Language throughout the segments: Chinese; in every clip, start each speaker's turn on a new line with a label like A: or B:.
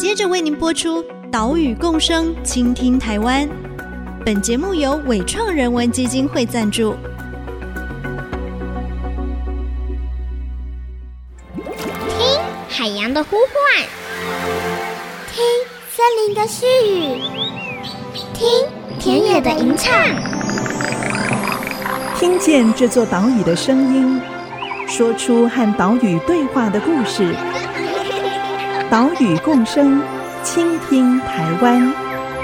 A: 接着为您播出岛屿共生，倾听台湾。本节目由伟创人文基金会赞助。
B: 听海洋的呼唤，听森林的絮语，听田野的吟唱，
C: 听见这座岛屿的声音，说出和岛屿对话的故事。岛屿共生，倾听台湾。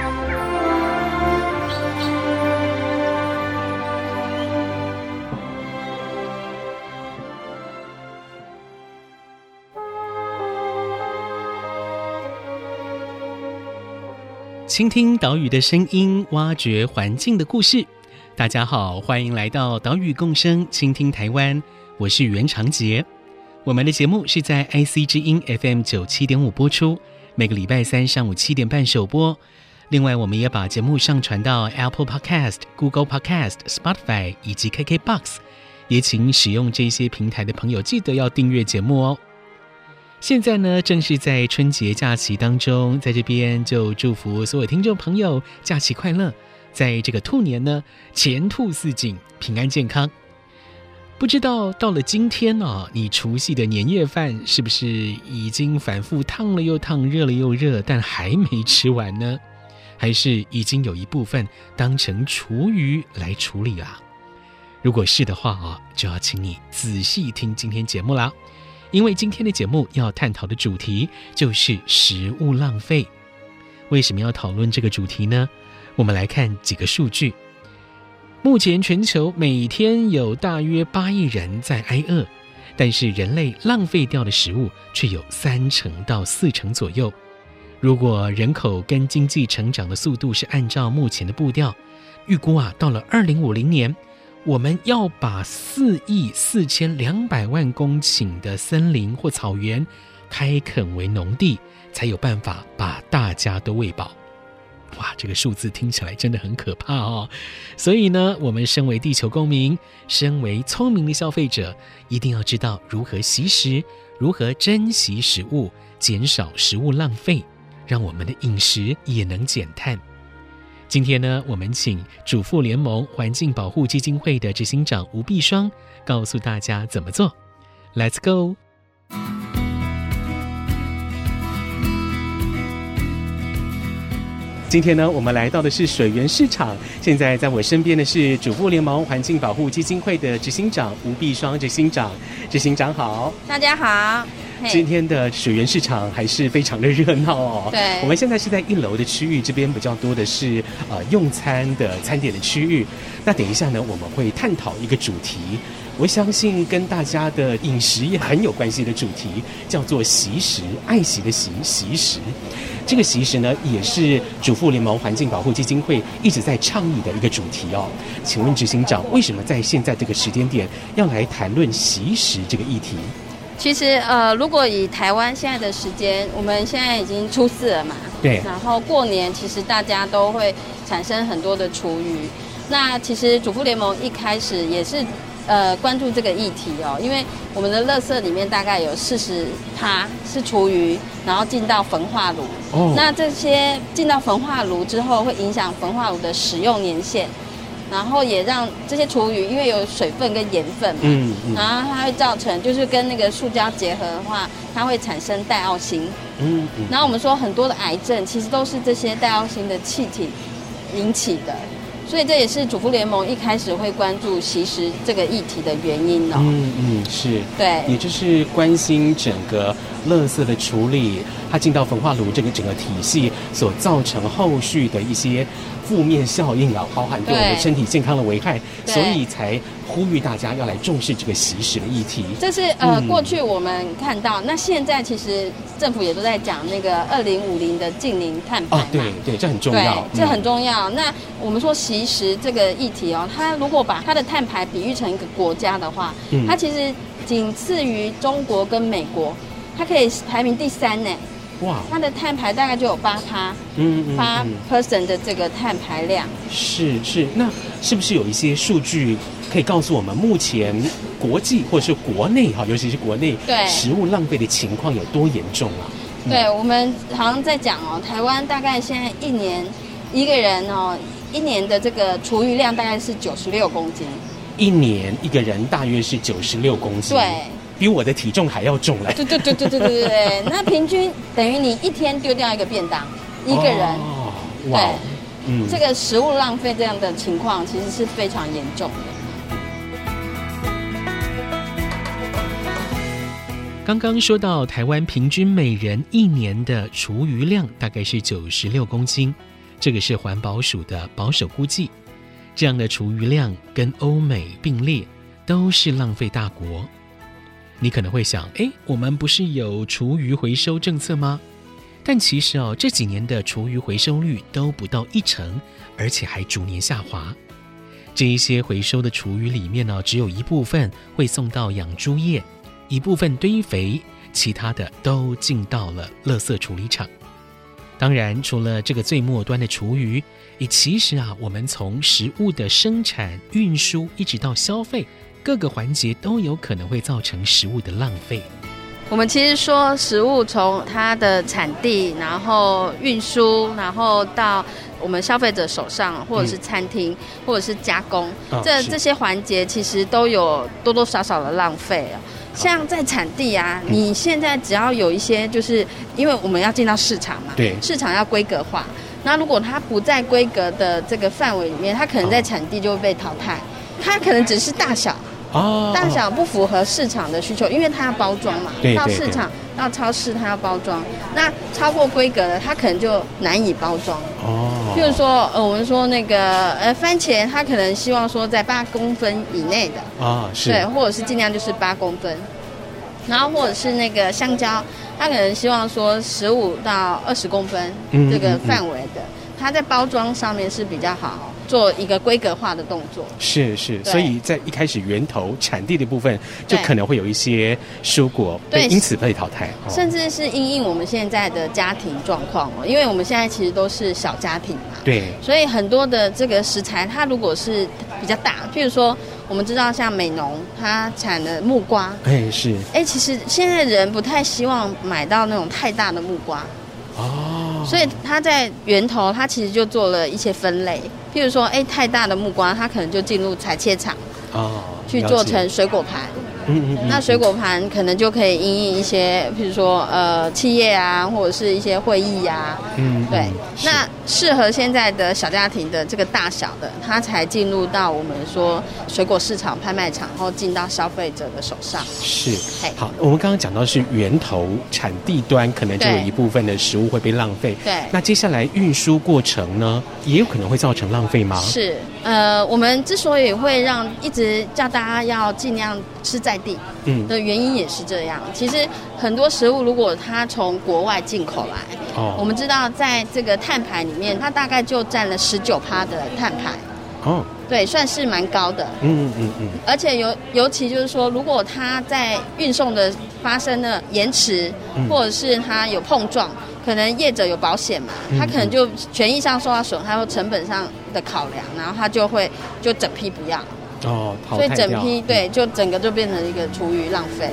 D: 倾听岛屿的声音，挖掘环境的故事。大家好，欢迎来到岛屿共生，倾听台湾，我是袁长杰。我们的节目是在 IC 之音 FM 97.5 播出，每个礼拜三上午7点半首播。另外，我们也把节目上传到 Apple Podcast、Google Podcast、Spotify 以及 KKBOX， 也请使用这些平台的朋友记得要订阅节目哦。现在呢，正是在春节假期当中，在这边就祝福所有听众朋友假期快乐，在这个兔年呢，前兔似锦，平安健康。不知道到了今天你除夕的年夜饭是不是已经反复烫了又烫，热了又热，但还没吃完呢？还是已经有一部分当成厨余来处理啦？如果是的话就要请你仔细听今天节目啦。因为今天的节目要探讨的主题就是食物浪费。为什么要讨论这个主题呢？我们来看几个数据。目前全球每天有大约8亿人在挨饿，但是人类浪费掉的食物却有30%到40%左右。如果人口跟经济成长的速度是按照目前的步调，预估到了2050年，我们要把4亿4200万公顷的森林或草原开垦为农地，才有办法把大家都喂饱。哇，这个数字听起来真的很可怕哦。所以呢，我们身为地球公民，身为聪明的消费者，一定要知道如何惜食，如何珍惜食物，减少食物浪费，让我们的饮食也能减碳。今天呢，我们请主妇联盟环境保护基金会的执行长吴碧双告诉大家怎么做。 Let's go。 今天呢，我们来到的是水源市场，现在在我身边的是主妇联盟环境保护基金会的执行长吴碧双执行长。执行长好。
E: 大家好。
D: 今天的水源市场还是非常的热闹哦。
E: 对，
D: 我们现在是在1楼的区域，这边比较多的是用餐的餐点的区域。那等一下呢，我们会探讨一个主题，我相信跟大家的饮食也很有关系的主题，叫做惜食，爱惜的惜，惜食。这个惜食呢，也是主妇联盟环境保护基金会一直在倡议的一个主题哦。请问执行长，为什么在现在这个时间点要来谈论惜食这个议题？
E: 其实如果以台湾现在的时间，我们现在已经初4了嘛，
D: 对，
E: 然后过年其实大家都会产生很多的厨余。那其实主妇联盟一开始也是关注这个议题哦，因为我们的垃圾里面大概有40%是厨余，然后进到焚化炉。那这些进到焚化炉之后，会影响焚化炉的使用年限。然后也让这些厨余，因为有水分跟盐分嘛，然后它会造成就是跟那个塑胶结合的话，它会产生戴奥辛。然后我们说很多的癌症其实都是这些戴奥辛的气体引起的，所以这也是主妇联盟一开始会关注惜食这个议题的原因哦。
D: 是，
E: 对，
D: 也就是关心整个垃圾的处理，它进到焚化炉这个整个体系所造成后续的一些负面效应包含对我们身体健康的危害，所以才呼吁大家要来重视这个惜食的议题。
E: 这是过去我们看到，那现在其实政府也都在讲那个2050的净零碳排嘛。
D: 对，这很重要。
E: 对，这很重要。那我们说惜食这个议题它如果把它的碳排比喻成一个国家的话，它其实仅次于中国跟美国，它可以排名第3呢。哇，它的碳排大概就有8%的这个碳排量。
D: 是，那是不是有一些数据可以告诉我们，目前国际或是国内尤其是国内食物浪费的情况有多严重啊？
E: 对，我们好像在讲台湾大概现在一年一个人一年的这个厨余量大概是96公斤。
D: 一年一个人大约是96公斤。
E: 对。
D: 比我的体重还要重嘞！
E: 对，那平均等于你一天丢掉一个便当，一个人。
D: 哇，
E: 这个食物浪费这样的情况其实是非常严重的。
D: 刚刚说到台湾平均每人一年的厨余量大概是96公斤，这个是环保署的保守估计。这样的厨余量跟欧美并列，都是浪费大国。你可能会想，我们不是有厨余回收政策吗？但其实这几年的厨余回收率都不到1%，而且还逐年下滑。这一些回收的厨余里面只有一部分会送到养猪业，一部分堆肥，其他的都进到了垃圾处理厂。当然，除了这个最末端的厨余，其实我们从食物的生产、运输一直到消费，各个环节都有可能会造成食物的浪费。
E: 我们其实说食物从它的产地，然后运输，然后到我们消费者手上，或者是餐厅，或者是加工，这些环节其实都有多多少少的浪费。像在产地你现在只要有一些，就是因为我们要进到市场嘛，
D: 对，
E: 市场要规格化。那如果它不在规格的这个范围里面，它可能在产地就会被淘汰。它可能只是大小，大小不符合市场的需求，因为它要包装嘛，到市场到超市它要包装，那超过规格的它可能就难以包装。譬如说我们说那个番茄，它可能希望说在8公分以内的
D: 是，
E: 对，或者是尽量就是8公分，然后或者是那个香蕉，它可能希望说15到20公分这个范围的，它在包装上面是比较好做一个规格化的动作。
D: 是，所以在一开始源头产地的部分，就可能会有一些蔬果因此被淘汰，
E: 甚至是因应我们现在的家庭状况因为我们现在其实都是小家庭嘛，
D: 对，
E: 所以很多的这个食材，它如果是比较大，譬如说我们知道像美浓，它产的木瓜，
D: 是，
E: 其实现在人不太希望买到那种太大的木瓜。所以它在源头，它其实就做了一些分类，譬如说，太大的木瓜，它可能就进入裁切厂，去做成水果盘。那水果盘可能就可以因应一些，譬如说企业或者是一些会议对。那适合现在的小家庭的这个大小的，它才进入到我们说水果市场、拍卖场，然后进到消费者的手上。
D: 是，好，我们刚刚讲到是源头产地端，可能就有一部分的食物会被浪费。
E: 对。
D: 那接下来运输过程呢，也有可能会造成浪费吗？
E: 是，我们之所以会一直叫大家要尽量吃在地的原因也是这样。其实很多食物如果它从国外进口来，我们知道在这个碳排里面，它大概就占了19%的碳排。对，算是蛮高的。而且尤其就是说，如果它在运送的发生了延迟，或者是它有碰撞，可能业者有保险嘛，他可能就权益上受到损害或成本上的考量，然后他就整批不要。所以整批就整个就变成一个厨余浪费。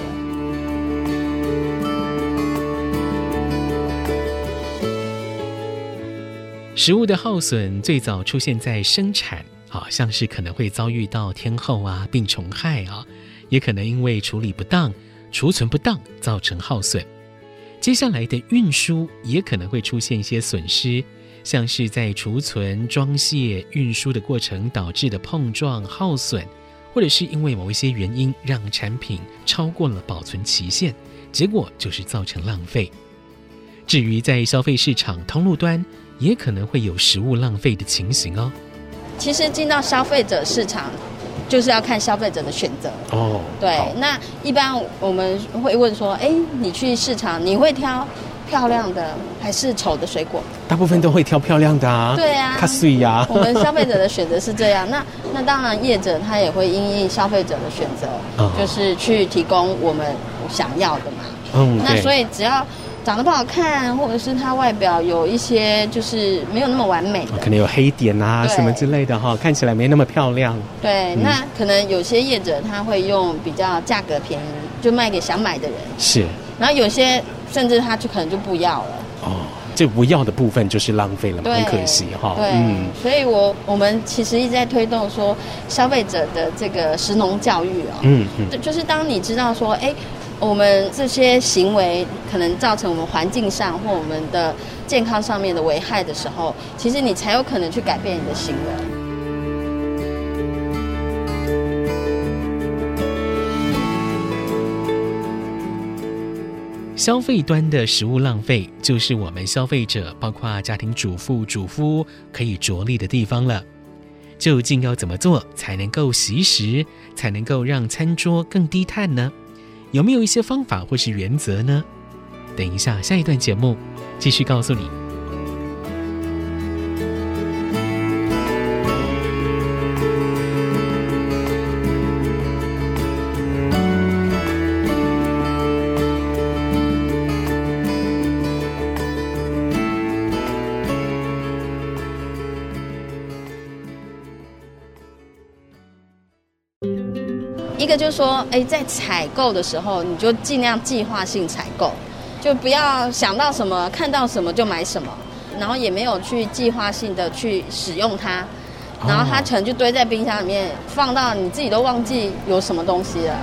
D: 食物的耗损最早出现在生产，像是可能会遭遇到天候病虫害也可能因为处理不当、储存不当造成耗损。接下来的运输也可能会出现一些损失，像是在储存、装卸、运输的过程导致的碰撞、耗损，或者是因为某一些原因让产品超过了保存期限，结果就是造成浪费。至于在消费市场通路端，也可能会有食物浪费的情形
E: 其实进到消费者市场，就是要看消费者的选择。对，那一般我们会问说，你去市场，你会挑漂亮的还是丑的水果？
D: 大部分都会挑漂亮的对看水我
E: 们消费者的选择是这样。那当然，业者他也会因应消费者的选择，就是去提供我们想要的嘛。那所以只要长得不好看，或者是它外表有一些就是没有那么完美的，
D: 可能有黑点什么之类的看起来没那么漂亮。
E: 对，那可能有些业者他会用比较价格便宜，就卖给想买的人。
D: 是。
E: 然后有些甚至他就可能就不要了。
D: 这不要的部分就是浪费了嘛，很可惜哈。
E: 对，所以我们其实一直在推动说消费者的这个食农教育就是当你知道说，我们这些行为可能造成我们环境上或我们的健康上面的危害的时候，其实你才有可能去改变你的行为。
D: 消费端的食物浪费，就是我们消费者，包括家庭主妇、主夫可以着力的地方了。究竟要怎么做才能够惜食，才能够让餐桌更低碳呢？有没有一些方法或是原则呢？等一下，下一段节目继续告诉你。
E: 一个就是说，在采购的时候，你就尽量计划性采购，就不要想到什么看到什么就买什么，然后也没有去计划性的去使用它，然后它可能就堆在冰箱里面，放到你自己都忘记有什么东西了。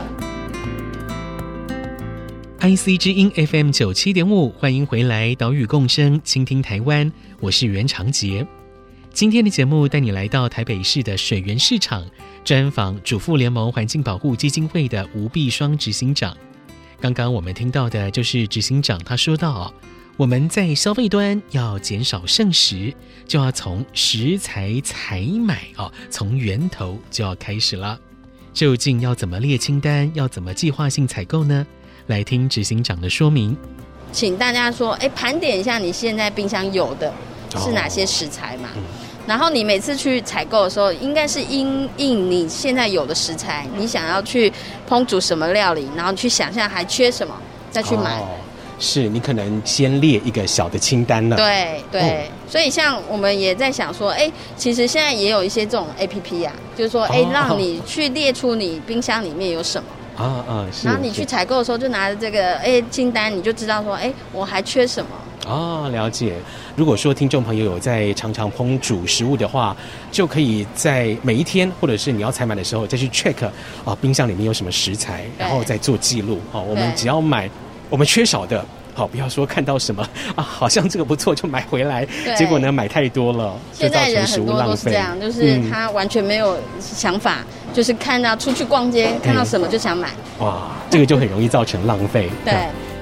D: IC 之音 FM 97.5，欢迎回来，岛屿共生，倾听台湾，我是袁长杰。今天的节目带你来到台北市的水源市场，专访主妇联盟环境保护基金会的吴碧双执行长。刚刚我们听到的就是执行长他说到，我们在消费端要减少剩食，就要从食材采买从源头就要开始了。究竟要怎么列清单，要怎么计划性采购呢？来听执行长的说明。
E: 请大家说，盘点一下你现在冰箱有的是哪些食材嘛？然后你每次去采购的时候，应该是因应你现在有的食材，你想要去烹煮什么料理，然后去想象还缺什么，再去买。
D: 是你可能先列一个小的清单了。
E: 对，所以像我们也在想说，其实现在也有一些这种 APP 啊，就是说，让你去列出你冰箱里面有什么。
D: 是。
E: 然后你去采购的时候，就拿着这个清单，你就知道说，我还缺什么。
D: 了解。如果说听众朋友有在常常烹煮食物的话，就可以在每一天或者是你要采买的时候再去 check 冰箱里面有什么食材，然后再做记录。我们只要买我们缺少的，不要说看到什么好像这个不错就买回来，结果呢买太多了，就造成食物浪费。现在人很多都是这样，
E: 就是他完全没有想法，就是看到出去逛街看到什么就想买。
D: 哇，这个就很容易造成浪费。
E: 对。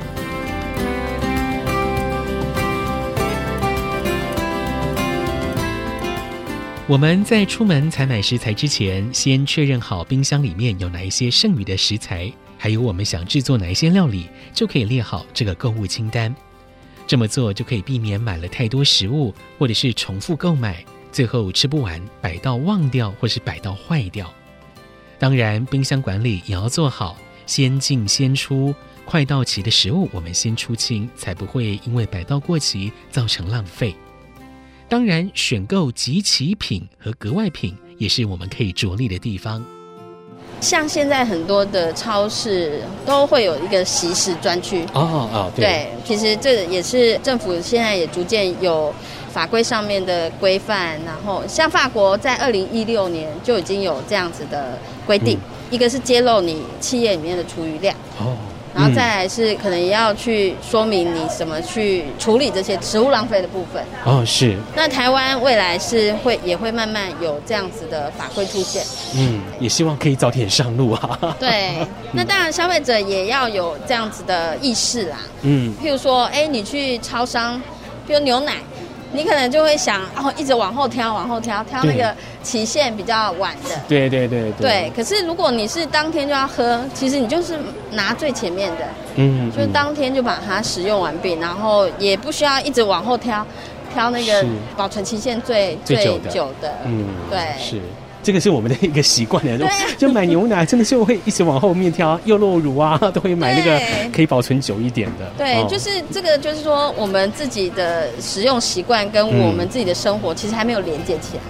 D: 我们在出门采买食材之前，先确认好冰箱里面有哪一些剩余的食材，还有我们想制作哪一些料理，就可以列好这个购物清单。这么做就可以避免买了太多食物，或者是重复购买，最后吃不完，摆到忘掉，或是摆到坏掉。当然，冰箱管理也要做好，先进先出，快到期的食物我们先出清，才不会因为摆到过期造成浪费。当然，选购即期品和格外品也是我们可以着力的地方。
E: 像现在很多的超市都会有一个惜食专区。对，其实这也是政府现在也逐渐有法规上面的规范，然后像法国在2016年就已经有这样子的规定，一个是揭露你企业里面的厨余量。然后再来是可能也要去说明你怎么去处理这些食物浪费的部分。是。那台湾未来是也会慢慢有这样子的法规出现。
D: 也希望可以早点上路啊。
E: 对，那当然消费者也要有这样子的意识啦。譬如说，你去超商，譬如牛奶，你可能就会想一直往后挑那个期限比较晚的。对。可是如果你是当天就要喝，其实你就是拿最前面的，就是当天就把它使用完毕，然后也不需要一直往后挑那个保存期限最久的。对，
D: 是。这个是我们的一个习惯的，就买牛奶真的是会一直往后面挑，优酪乳啊都会买那个可以保存久一点的。
E: 对，就是这个，就是说我们自己的食用习惯跟我们自己的生活其实还没有连接起来。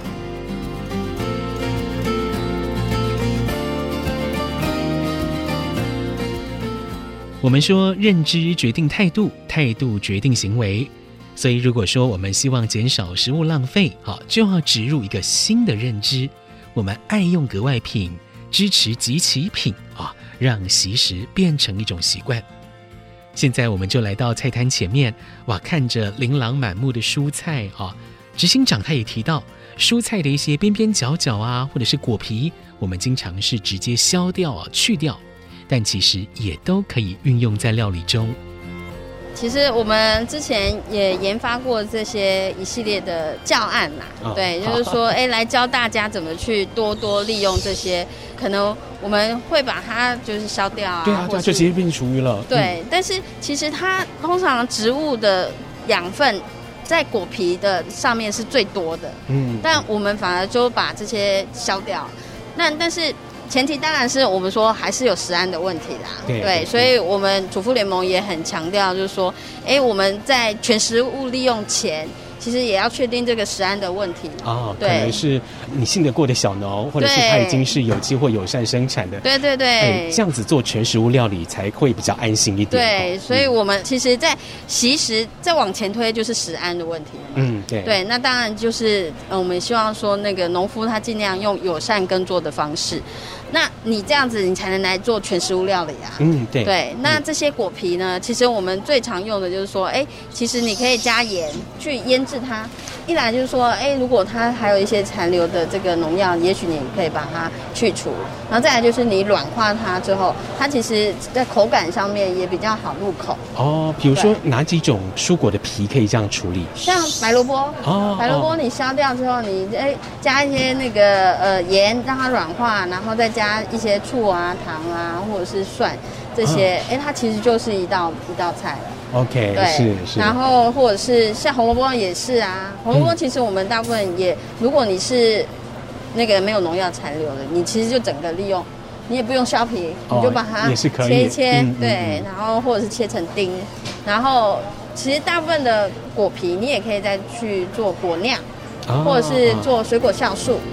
D: 我们说认知决定态度，态度决定行为。所以如果说我们希望减少食物浪费，就要植入一个新的认知，我们爱用格外品，支持即期品，让惜食变成一种习惯。现在我们就来到菜摊前面，看着琳琅满目的蔬菜，执行长他也提到，蔬菜的一些边边角角或者是果皮，我们经常是直接削掉去掉，但其实也都可以运用在料理中。
E: 其实我们之前也研发过这些一系列的教案啦，对，就是说，来教大家怎么去多多利用这些，可能我们会把它就是削掉
F: 对啊，就直接变厨余了。
E: 对，但是其实它通常植物的养分在果皮的上面是最多的，但我们反而就把这些削掉。但是前提当然是我们说还是有食安的问题啦，对，所以我们主妇联盟也很强调，就是说，我们在全食物利用前，其实也要确定这个食安的问题
F: 可能是你信得过的小农，或者是它已经是有机或友善生产的，
E: 对，
F: 这样子做全食物料理才会比较安心一点。
E: 对，所以我们其实在惜食再往前推就是食安的问题。对，那当然就是我们希望说那个农夫他尽量用友善耕作的方式。那你这样子，你才能来做全食物料理啊。对。那这些果皮呢，其实我们最常用的就是说，其实你可以加盐去腌制它。一来就是说，如果它还有一些残留的这个农药，也许你可以把它去除。然后再来就是你软化它之后，它其实在口感上面也比较好入口。
F: 比如说哪几种蔬果的皮可以这样处理？
E: 像白萝卜。白萝卜你削掉之后，你加一些那个盐让它软化，然后再加一些醋啊、糖啊，或者是蒜这些，它其实就是一道菜了。
F: OK，
E: 对，
F: 是。
E: 然后或者是像红萝卜也是啊，红萝卜其实我们大部分也，如果你是那个没有农药残留的，你其实就整个利用，你也不用削皮，你就把它切一切，对，然后或者是切成丁，然后其实大部分的果皮你也可以再去做果酿，或者是做水果酵素。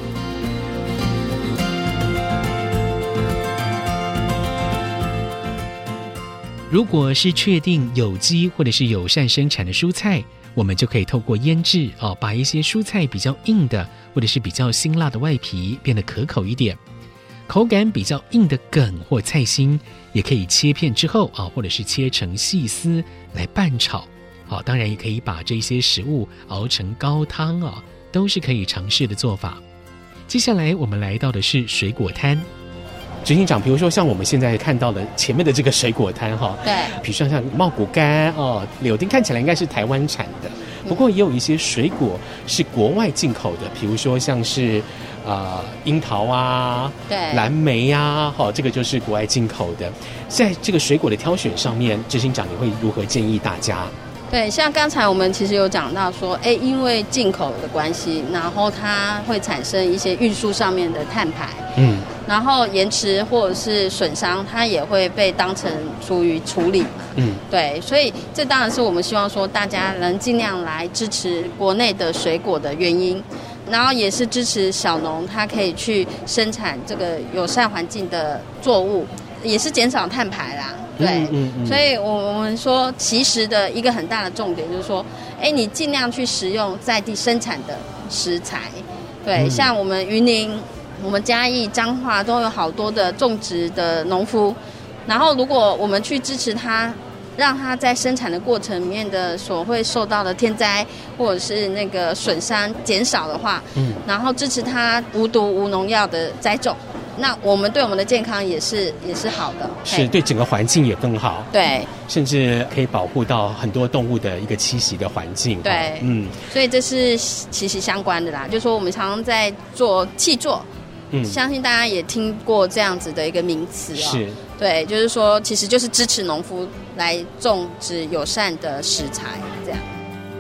D: 如果是确定有机或者是友善生产的蔬菜，我们就可以透过腌制把一些蔬菜比较硬的或者是比较辛辣的外皮变得可口一点。口感比较硬的梗或菜心也可以切片之后或者是切成细丝来拌炒。当然也可以把这些食物熬成高汤都是可以尝试的做法。接下来我们来到的是水果摊。
F: 执行长，比如说像我们现在看到的前面的这个水果摊
E: 对，
F: 比如说像茂谷柑柳丁看起来应该是台湾产的，不过也有一些水果是国外进口的，比如说像是樱桃啊，
E: 对，
F: 蓝莓啊，这个就是国外进口的。在这个水果的挑选上面，执行长你会如何建议大家？
E: 对，像刚才我们其实有讲到说，因为进口的关系，然后它会产生一些运输上面的碳排，然后延迟或者是损伤，它也会被当成属于处理嘛，对，所以这当然是我们希望说大家能尽量来支持国内的水果的原因，然后也是支持小农他可以去生产这个友善环境的作物，也是减少碳排啦。对，所以我们说其实的一个很大的重点就是说，你尽量去食用在地生产的食材。对，像我们云林、我们嘉义、彰化都有好多的种植的农夫，然后如果我们去支持他，让他在生产的过程里面的所会受到的天灾或者是那个损伤减少的话，然后支持他无毒无农药的栽种。那我们对我们的健康也是好的，
F: 是对整个环境也更好，
E: 对，
F: 甚至可以保护到很多动物的一个栖息的环境，
E: 对，所以这是息息相关的啦。就是说我们常常在做契作，相信大家也听过这样子的一个名词
F: 是，
E: 对，就是说其实就是支持农夫来种植友善的食材，这样。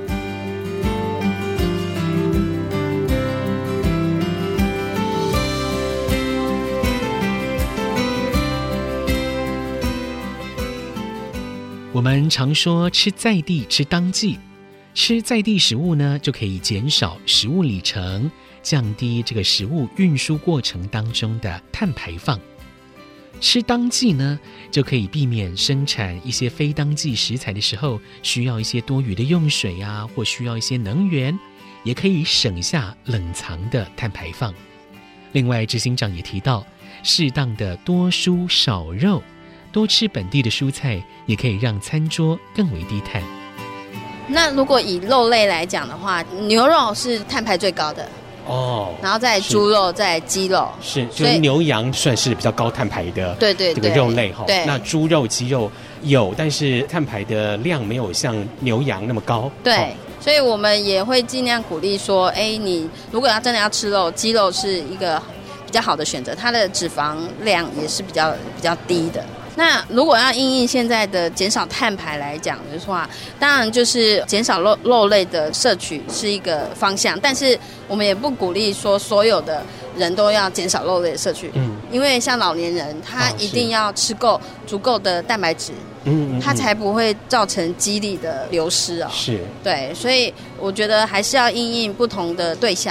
D: 我们常说吃在地吃当季，吃在地食物呢就可以减少食物里程，降低这个食物运输过程当中的碳排放。 吃当季呢，就可以避免生产一些非当季食材的时候需要一些多余的用水啊，或需要一些能源，也可以省下冷藏的碳排放。另外，执行长也提到，适当的多蔬少肉，多吃本地的蔬菜，也可以让餐桌更为低碳。
E: 那如果以肉类来讲的话，牛肉是碳排最高的
F: 哦，
E: 然后再猪肉，再鸡肉，
F: 是，就是牛羊算是比较高碳排的，
E: 对对对，
F: 这个肉类哈。
E: 对，
F: 那猪肉、鸡肉有，但是碳排的量没有像牛羊那么高。
E: 对，所以我们也会尽量鼓励说，你如果真的要吃肉，鸡肉是一个比较好的选择，它的脂肪量也是比较低的。那如果要因应现在的减少碳排来讲的话，当然就是减少肉类的摄取是一个方向，但是我们也不鼓励说所有的人都要减少肉类的摄取，因为像老年人他一定要吃够足够的蛋白质，它才不会造成肌力的流失哦。
F: 是，
E: 对，所以我觉得还是要因应不同的对象。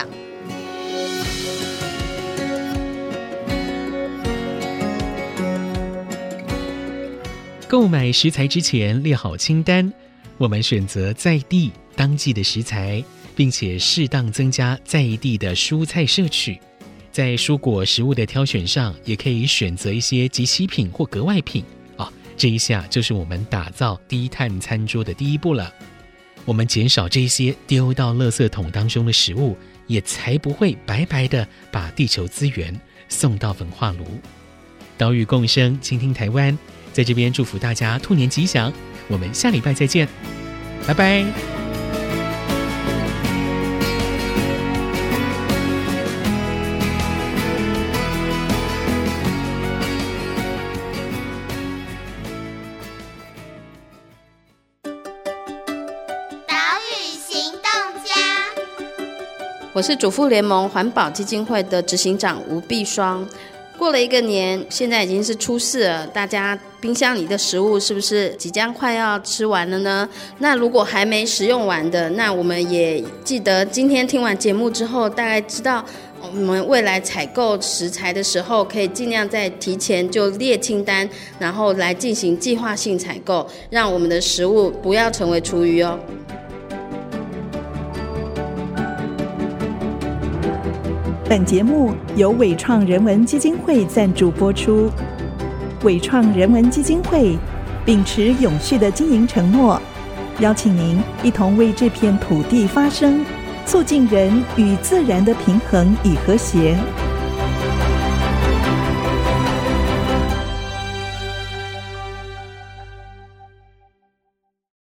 D: 购买食材之前列好清单，我们选择在地当季的食材，并且适当增加在地的蔬菜摄取。在蔬果食物的挑选上，也可以选择一些即期品或格外品这一下就是我们打造低碳餐桌的第一步了。我们减少这些丢到垃圾桶当中的食物，也才不会白白的把地球资源送到焚化炉。岛屿共生，倾听台湾，在这边祝福大家兔年吉祥，我们下礼拜再见，拜拜。
E: 我是主妇联盟环保基金会的执行长吴碧双。过了一个年，现在已经是初4了，大家冰箱里的食物是不是即将快要吃完了呢？那如果还没食用完的，那我们也记得今天听完节目之后，大概知道我们未来采购食材的时候，可以尽量在提前就列清单，然后来进行计划性采购，让我们的食物不要成为厨余哦。
C: 本节目由伟创人文基金会赞助播出。伟创人文基金会秉持永续的经营承诺，邀请您一同为这片土地发声，促进人与自然的平衡与和谐。